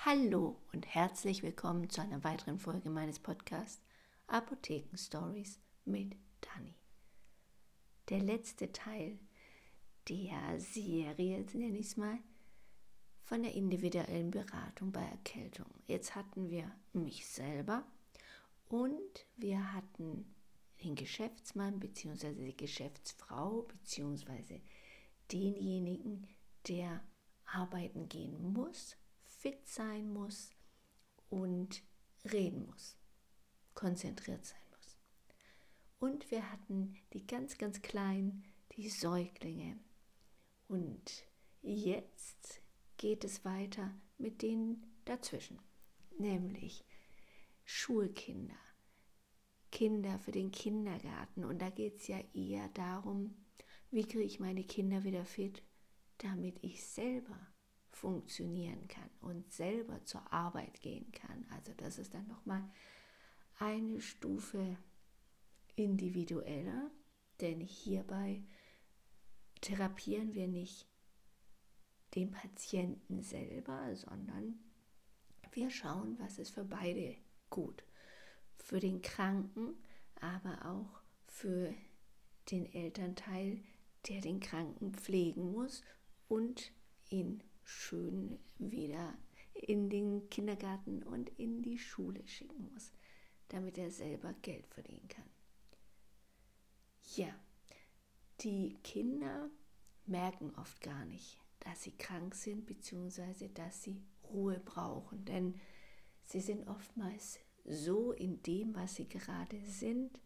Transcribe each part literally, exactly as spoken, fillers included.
Hallo und herzlich willkommen zu einer weiteren Folge meines Podcasts Apotheken Stories mit Dani. Der letzte Teil der Serie, nenne ich es mal, von der individuellen Beratung bei Erkältung. Jetzt hatten wir mich selber und wir hatten den Geschäftsmann bzw. die Geschäftsfrau bzw. denjenigen, der arbeiten gehen muss, fit sein muss und reden muss, konzentriert sein muss. Und wir hatten die ganz, ganz Kleinen, die Säuglinge. Und jetzt geht es weiter mit denen dazwischen, nämlich Schulkinder, Kinder für den Kindergarten. Und da geht es ja eher darum, wie kriege ich meine Kinder wieder fit, damit ich selber funktionieren kann und selber zur Arbeit gehen kann. Also das ist dann nochmal eine Stufe individueller, denn hierbei therapieren wir nicht den Patienten selber, sondern wir schauen, was ist für beide gut. Für den Kranken, aber auch für den Elternteil, der den Kranken pflegen muss und ihn schön wieder in den Kindergarten und in die Schule schicken muss, damit er selber Geld verdienen kann. Ja, die Kinder merken oft gar nicht, dass sie krank sind bzw. dass sie Ruhe brauchen, denn sie sind oftmals so in dem, was sie gerade sind,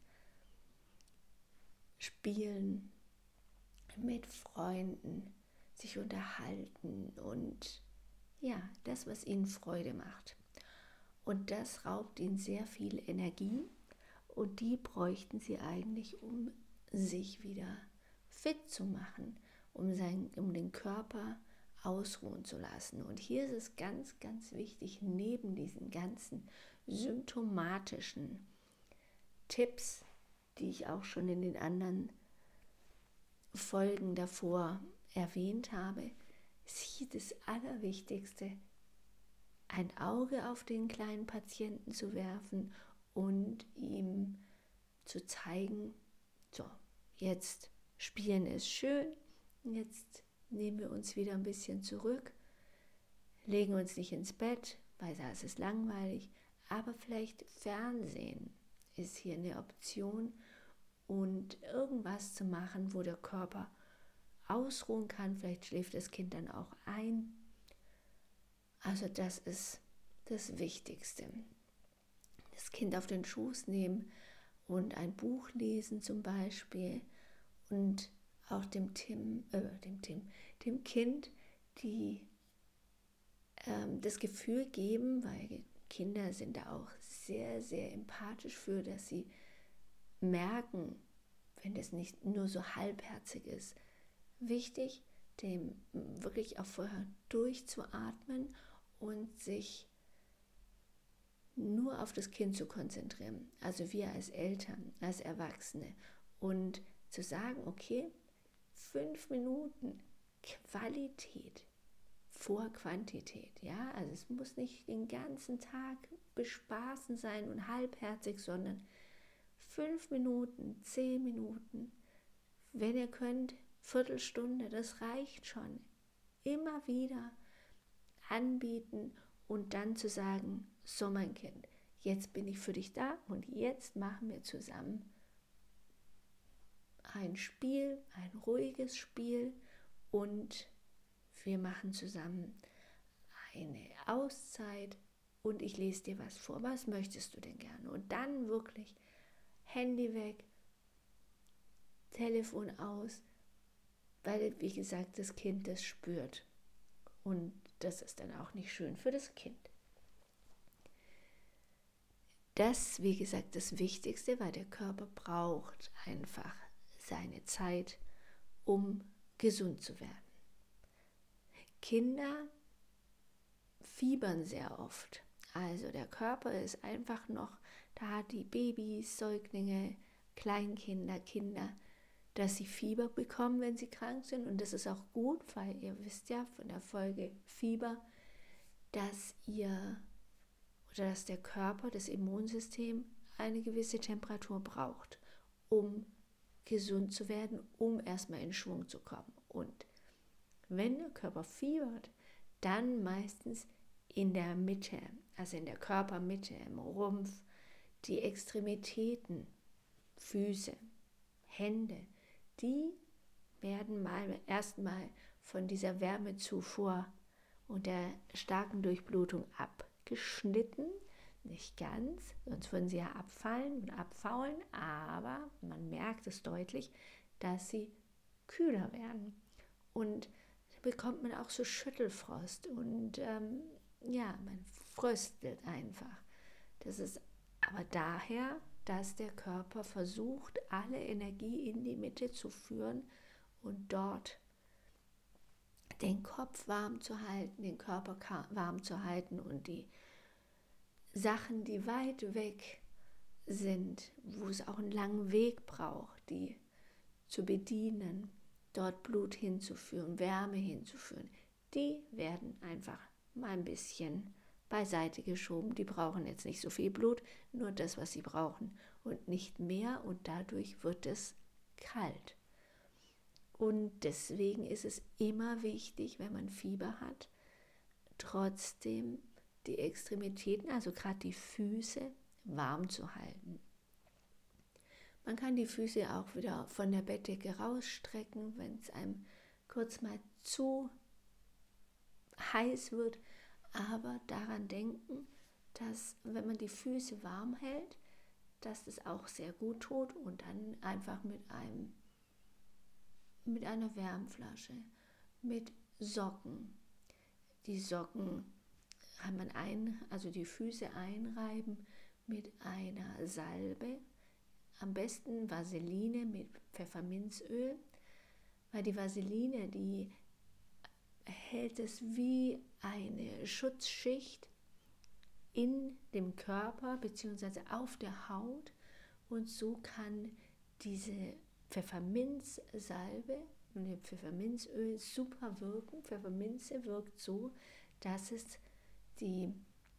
spielen mit Freunden, sich unterhalten und ja, das, was ihnen Freude macht. Und das raubt ihnen sehr viel Energie und die bräuchten sie eigentlich, um sich wieder fit zu machen, um, sein, um den Körper ausruhen zu lassen. Und hier ist es ganz, ganz wichtig, neben diesen ganzen symptomatischen Tipps, die ich auch schon in den anderen Folgen davor erwähnt habe, ist hier das Allerwichtigste, ein Auge auf den kleinen Patienten zu werfen und ihm zu zeigen, so, jetzt spielen ist schön, jetzt nehmen wir uns wieder ein bisschen zurück, legen uns nicht ins Bett, weil da ist es langweilig, aber vielleicht Fernsehen ist hier eine Option und irgendwas zu machen, wo der Körper ausruhen kann, vielleicht schläft das Kind dann auch ein. Also das ist das Wichtigste. Das Kind auf den Schoß nehmen und ein Buch lesen zum Beispiel und auch dem Tim, äh, dem Tim, dem Kind die ähm, das Gefühl geben, weil Kinder sind da auch sehr, sehr empathisch für, dass sie merken, wenn das nicht nur so halbherzig ist. Wichtig, dem wirklich auch vorher durchzuatmen und sich nur auf das Kind zu konzentrieren. Also wir als Eltern, als Erwachsene. Und zu sagen, okay, fünf Minuten Qualität vor Quantität. Ja, also es muss nicht den ganzen Tag bespaßen sein und halbherzig, sondern fünf Minuten, zehn Minuten, wenn ihr könnt, Viertelstunde, das reicht schon. Immer wieder anbieten und dann zu sagen, so mein Kind, jetzt bin ich für dich da und jetzt machen wir zusammen ein Spiel, ein ruhiges Spiel und wir machen zusammen eine Auszeit und ich lese dir was vor. Was möchtest du denn gerne? Und dann wirklich Handy weg, Telefon aus, weil, wie gesagt, das Kind das spürt. Und das ist dann auch nicht schön für das Kind. Das, wie gesagt, das Wichtigste, weil der Körper braucht einfach seine Zeit, um gesund zu werden. Kinder fiebern sehr oft. Also der Körper ist einfach noch, da die Babys, Säuglinge, Kleinkinder, Kinder, dass sie Fieber bekommen, wenn sie krank sind. Und das ist auch gut, weil ihr wisst ja von der Folge Fieber, dass ihr oder dass der Körper, das Immunsystem eine gewisse Temperatur braucht, um gesund zu werden, um erstmal in Schwung zu kommen. Und wenn der Körper fiebert, dann meistens in der Mitte, also in der Körpermitte, im Rumpf, die Extremitäten, Füße, Hände, die werden mal erstmal von dieser Wärmezufuhr und der starken Durchblutung abgeschnitten. Nicht ganz, sonst würden sie ja abfallen und abfaulen, aber man merkt es deutlich, dass sie kühler werden. Und da bekommt man auch so Schüttelfrost und ähm, ja, man fröstelt einfach. Das ist aber daher, dass der Körper versucht, alle Energie in die Mitte zu führen und dort den Kopf warm zu halten, den Körper warm zu halten und die Sachen, die weit weg sind, wo es auch einen langen Weg braucht, die zu bedienen, dort Blut hinzuführen, Wärme hinzuführen, die werden einfach mal ein bisschen beiseite geschoben. Die brauchen jetzt nicht so viel Blut, nur das, was sie brauchen und nicht mehr, und dadurch wird es kalt. Und deswegen ist es immer wichtig, wenn man Fieber hat, trotzdem die Extremitäten, also gerade die Füße, warm zu halten. Man kann die Füße auch wieder von der Bettdecke rausstrecken, wenn es einem kurz mal zu heiß wird, aber daran denken, dass wenn man die Füße warm hält, dass das auch sehr gut tut, und dann einfach mit einem mit einer Wärmflasche, mit Socken. Die Socken kann man ein, also die Füße einreiben mit einer Salbe, am besten Vaseline mit Pfefferminzöl, weil die Vaseline, die hält es wie eine Schutzschicht in dem Körper bzw. auf der Haut, und so kann diese Pfefferminzsalbe und dem Pfefferminzöl super wirken. Pfefferminze wirkt so, dass es die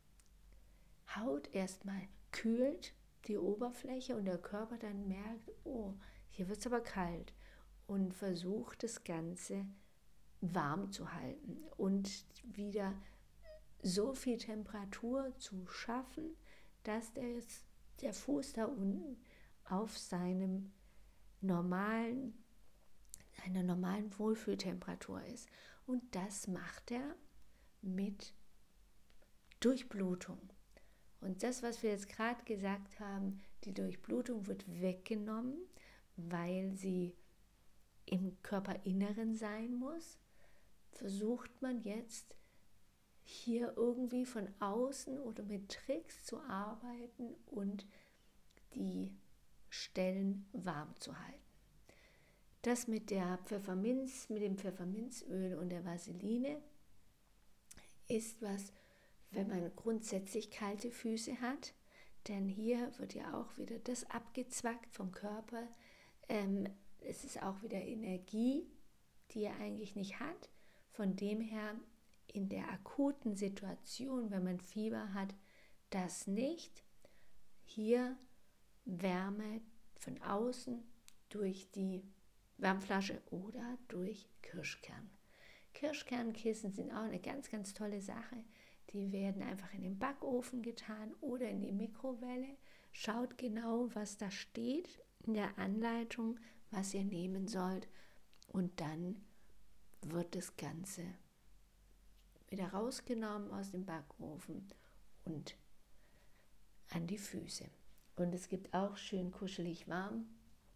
Haut erstmal kühlt, die Oberfläche, und der Körper dann merkt, oh, hier wird es aber kalt, und versucht das Ganze warm zu halten und wieder so viel Temperatur zu schaffen, dass der, der Fuß da unten auf seinem normalen, einer normalen Wohlfühltemperatur ist. Und das macht er mit Durchblutung. Und das, was wir jetzt gerade gesagt haben, die Durchblutung wird weggenommen, weil sie im Körperinneren sein muss, versucht man jetzt hier irgendwie von außen oder mit Tricks zu arbeiten und die Stellen warm zu halten. Das mit der Pfefferminz, mit dem Pfefferminzöl und der Vaseline ist was, wenn man grundsätzlich kalte Füße hat, denn hier wird ja auch wieder das abgezwackt vom Körper. Ähm, es ist auch wieder Energie, die er eigentlich nicht hat. Von dem her in der akuten Situation, wenn man Fieber hat, das nicht. Hier Wärme von außen durch die Wärmflasche oder durch Kirschkern. Kirschkernkissen sind auch eine ganz, ganz tolle Sache. Die werden einfach in den Backofen getan oder in die Mikrowelle. Schaut genau, was da steht in der Anleitung, was ihr nehmen sollt, und dann wird das Ganze wieder rausgenommen aus dem Backofen und an die Füße. Und es gibt auch schön kuschelig warm,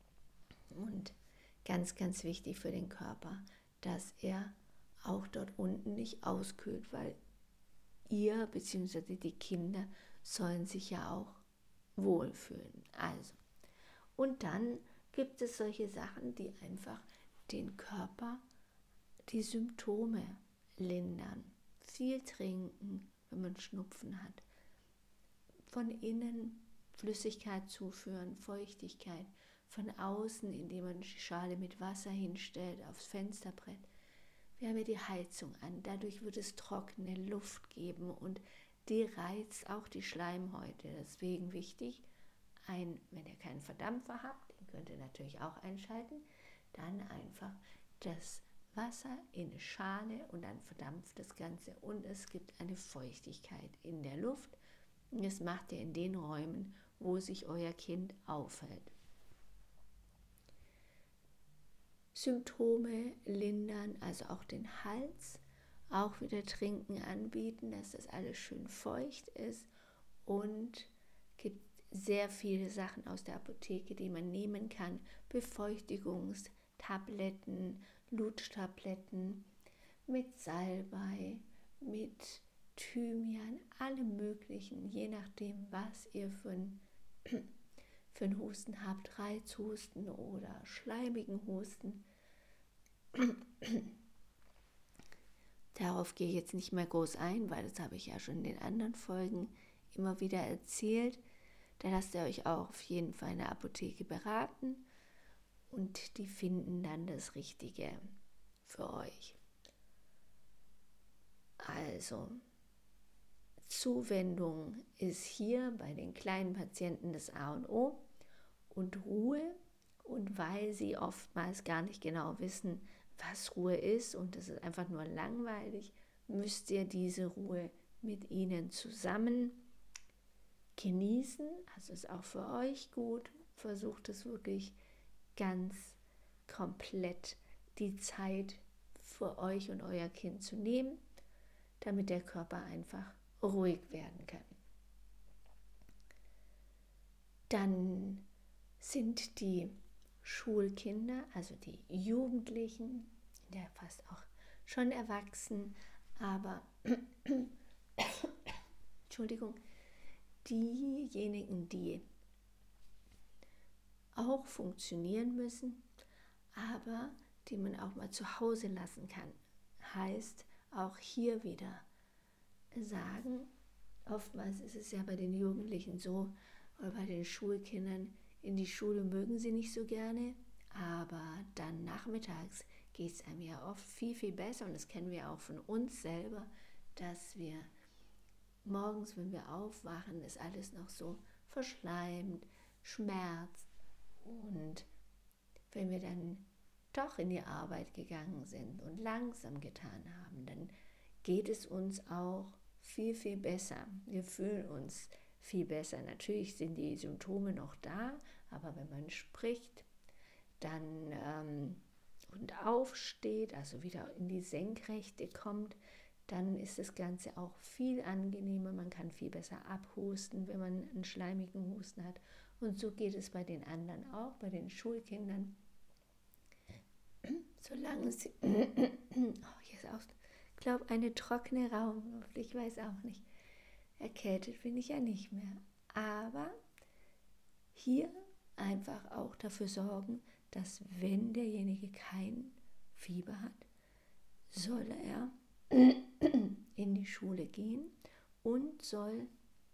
und ganz, ganz wichtig für den Körper, dass er auch dort unten nicht auskühlt, weil ihr bzw. die Kinder sollen sich ja auch wohlfühlen. Also, und dann gibt es solche Sachen, die einfach den Körper, die Symptome lindern. Viel trinken, wenn man Schnupfen hat. Von innen Flüssigkeit zuführen, Feuchtigkeit. Von außen, indem man die Schale mit Wasser hinstellt aufs Fensterbrett. Wir haben ja die Heizung an, dadurch wird es trockene Luft geben und die reizt auch die Schleimhäute. Deswegen wichtig, ein, wenn ihr keinen Verdampfer habt, den könnt ihr natürlich auch einschalten, dann einfach das Wasser in eine Schale und dann verdampft das Ganze und es gibt eine Feuchtigkeit in der Luft. Und das macht ihr in den Räumen, wo sich euer Kind aufhält. Symptome lindern, also auch den Hals, auch wieder Trinken anbieten, dass das alles schön feucht ist und gibt sehr viele Sachen aus der Apotheke, die man nehmen kann. Befeuchtigungstabletten, Lutschtabletten mit Salbei, mit Thymian, alle möglichen, je nachdem, was ihr für einen, für einen Husten habt, Reizhusten oder schleimigen Husten. Darauf gehe ich jetzt nicht mehr groß ein, weil das habe ich ja schon in den anderen Folgen immer wieder erzählt. Da lasst ihr euch auch auf jeden Fall in der Apotheke beraten und die finden dann das Richtige für euch. Also, Zuwendung ist hier bei den kleinen Patienten das A und O und Ruhe. Und weil sie oftmals gar nicht genau wissen, was Ruhe ist und es ist einfach nur langweilig, müsst ihr diese Ruhe mit ihnen zusammen genießen. Also ist auch für euch gut. Versucht es wirklich ganz komplett die Zeit für euch und euer Kind zu nehmen, damit der Körper einfach ruhig werden kann. Dann sind die Schulkinder, also die Jugendlichen, ja fast auch schon erwachsen, aber Entschuldigung, diejenigen, die auch funktionieren müssen, aber die man auch mal zu Hause lassen kann. Heißt auch hier wieder sagen, oftmals ist es ja bei den Jugendlichen so, oder bei den Schulkindern, in die Schule mögen sie nicht so gerne, aber dann nachmittags geht es einem ja oft viel, viel besser und das kennen wir auch von uns selber, dass wir morgens, wenn wir aufwachen, ist alles noch so verschleimt, schmerzt und wenn wir dann doch in die Arbeit gegangen sind und langsam getan haben, dann geht es uns auch viel, viel besser. Wir fühlen uns viel besser. Natürlich sind die Symptome noch da, aber wenn man spricht, dann ähm, und aufsteht, also wieder in die Senkrechte kommt, dann ist das Ganze auch viel angenehmer. Man kann viel besser abhusten, wenn man einen schleimigen Husten hat. Und so geht es bei den anderen auch, bei den Schulkindern. Solange sie, oh, hier ist auch, ich glaube, eine trockene Raumluft, ich weiß auch nicht. Erkältet bin ich ja nicht mehr. Aber hier einfach auch dafür sorgen, dass wenn derjenige kein Fieber hat, soll er in die Schule gehen und soll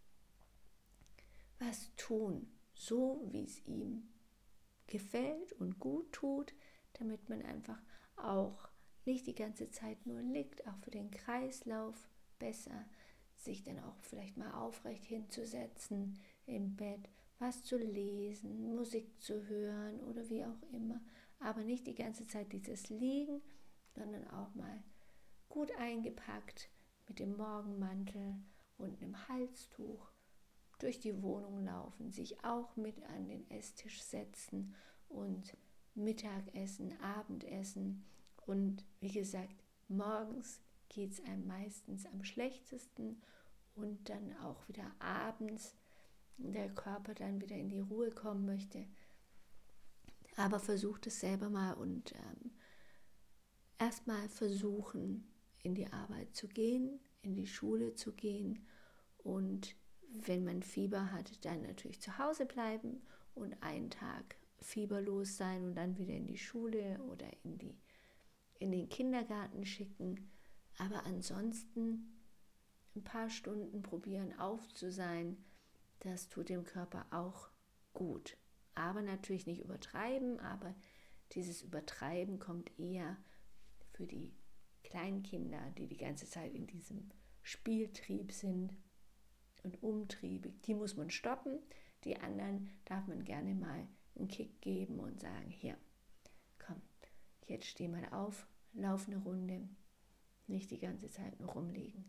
was tun, so wie es ihm gefällt und gut tut, damit man einfach auch nicht die ganze Zeit nur liegt, auch für den Kreislauf besser, sich dann auch vielleicht mal aufrecht hinzusetzen im Bett, was zu lesen, Musik zu hören oder wie auch immer, aber nicht die ganze Zeit dieses Liegen, sondern auch mal gut eingepackt mit dem Morgenmantel und einem Halstuch durch die Wohnung laufen, sich auch mit an den Esstisch setzen und Mittagessen, Abendessen und wie gesagt, morgens geht es einem meistens am schlechtesten und dann auch wieder abends, wenn der Körper dann wieder in die Ruhe kommen möchte. Aber versucht es selber mal und ähm, erstmal versuchen, in die Arbeit zu gehen, in die Schule zu gehen und wenn man Fieber hat, dann natürlich zu Hause bleiben und einen Tag fieberlos sein und dann wieder in die Schule oder in, die, in den Kindergarten schicken. Aber ansonsten ein paar Stunden probieren auf zu sein, das tut dem Körper auch gut. Aber natürlich nicht übertreiben, aber dieses Übertreiben kommt eher für die Kleinkinder, die die ganze Zeit in diesem Spieltrieb sind und umtriebig, die muss man stoppen. Die anderen darf man gerne mal einen Kick geben und sagen, hier, komm, jetzt steh mal auf, lauf eine Runde, nicht die ganze Zeit nur rumliegen.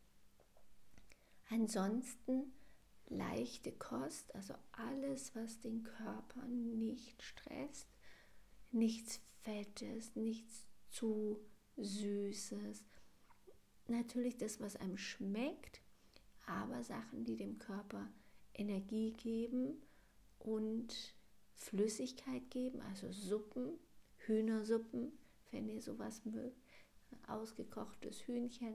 Ansonsten leichte Kost, also alles, was den Körper nicht stresst, nichts Fettes, nichts zu Süßes. Natürlich das, was einem schmeckt, aber Sachen, die dem Körper Energie geben und Flüssigkeit geben, also Suppen, Hühnersuppen, wenn ihr sowas mögt, ausgekochtes Hühnchen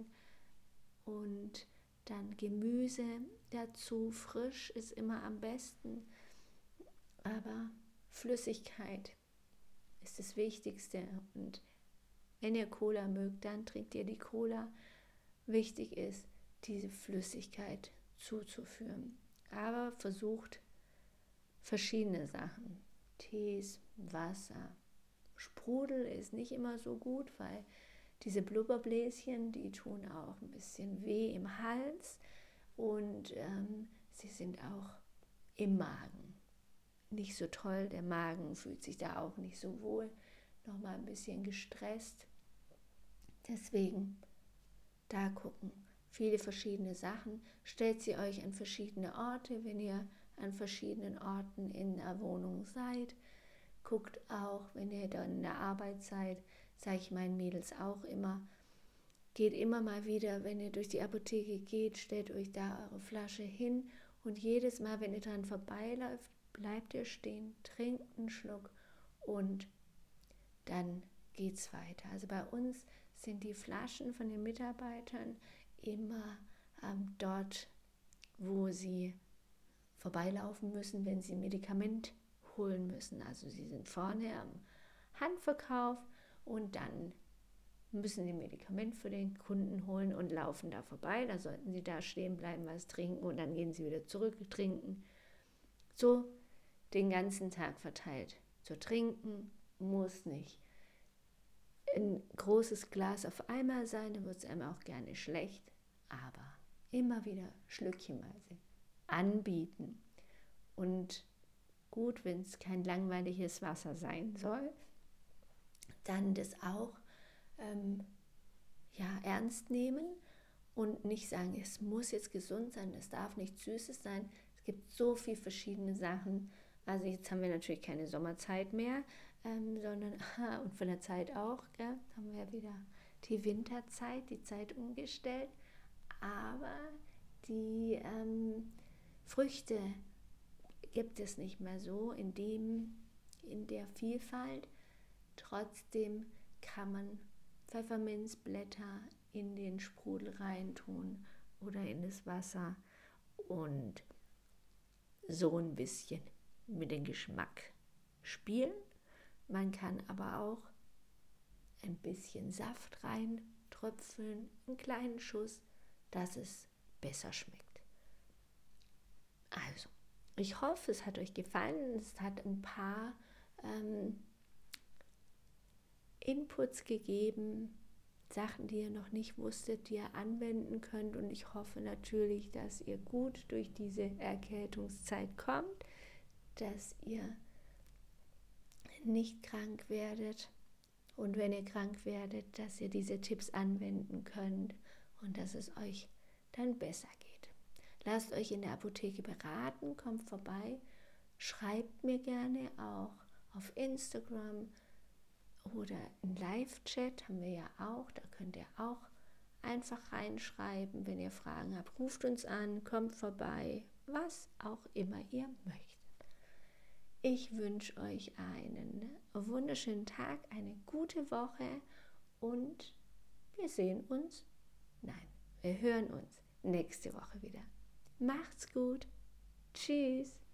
und dann Gemüse dazu, frisch ist immer am besten, aber Flüssigkeit ist das Wichtigste. Und wenn ihr Cola mögt, dann trinkt ihr die Cola. Wichtig ist, diese Flüssigkeit zuzuführen. Aber versucht verschiedene Sachen. Tees, Wasser. Sprudel ist nicht immer so gut, weil diese Blubberbläschen, die tun auch ein bisschen weh im Hals und ähm, sie sind auch im Magen nicht so toll. Der Magen fühlt sich da auch nicht so wohl, nochmal ein bisschen gestresst. Deswegen da gucken. Viele verschiedene Sachen. Stellt sie euch an verschiedene Orte, wenn ihr an verschiedenen Orten in der Wohnung seid. Guckt auch, wenn ihr dann in der Arbeit seid, sage ich meinen Mädels auch immer, geht immer mal wieder, wenn ihr durch die Apotheke geht, stellt euch da eure Flasche hin und jedes Mal, wenn ihr dran vorbeiläuft, bleibt ihr stehen, trinkt einen Schluck und dann geht's weiter. Also bei uns sind die Flaschen von den Mitarbeitern immer ähm, dort, wo sie vorbeilaufen müssen, wenn sie ein Medikament holen müssen. Also sie sind vorne am Handverkauf und dann müssen sie ein Medikament für den Kunden holen und laufen da vorbei. Da sollten sie da stehen bleiben, was trinken und dann gehen sie wieder zurück trinken. So den ganzen Tag verteilt. Zu trinken muss nicht ein großes Glas auf einmal sein, dann wird es einem auch gerne schlecht, aber immer wieder schlückchenweise anbieten. Und gut, wenn es kein langweiliges Wasser sein soll, dann das auch ähm, ja, ernst nehmen und nicht sagen, es muss jetzt gesund sein, es darf nicht Süßes sein. Es gibt so viele verschiedene Sachen. Also jetzt haben wir natürlich keine Sommerzeit mehr, ähm, sondern und von der Zeit auch, gell, haben wir ja wieder die Winterzeit, die Zeit umgestellt. Aber die ähm, Früchte gibt es nicht mehr so in, dem, in der Vielfalt. Trotzdem kann man Pfefferminzblätter in den Sprudel reintun oder in das Wasser und so ein bisschen mit dem Geschmack spielen. Man kann aber auch ein bisschen Saft reintröpfeln, einen kleinen Schuss, dass es besser schmeckt. Also, ich hoffe, es hat euch gefallen. Es hat ein paar ähm, Inputs gegeben, Sachen, die ihr noch nicht wusstet, die ihr anwenden könnt. Und ich hoffe natürlich, dass ihr gut durch diese Erkältungszeit kommt, dass ihr nicht krank werdet und wenn ihr krank werdet, dass ihr diese Tipps anwenden könnt und dass es euch dann besser geht. Lasst euch in der Apotheke beraten, kommt vorbei, schreibt mir gerne auch auf Instagram oder im Live-Chat haben wir ja auch, da könnt ihr auch einfach reinschreiben, wenn ihr Fragen habt, ruft uns an, kommt vorbei, was auch immer ihr möchtet. Ich wünsche euch einen wunderschönen Tag, eine gute Woche und wir sehen uns, nein, wir hören uns nächste Woche wieder. Macht's gut. Tschüss.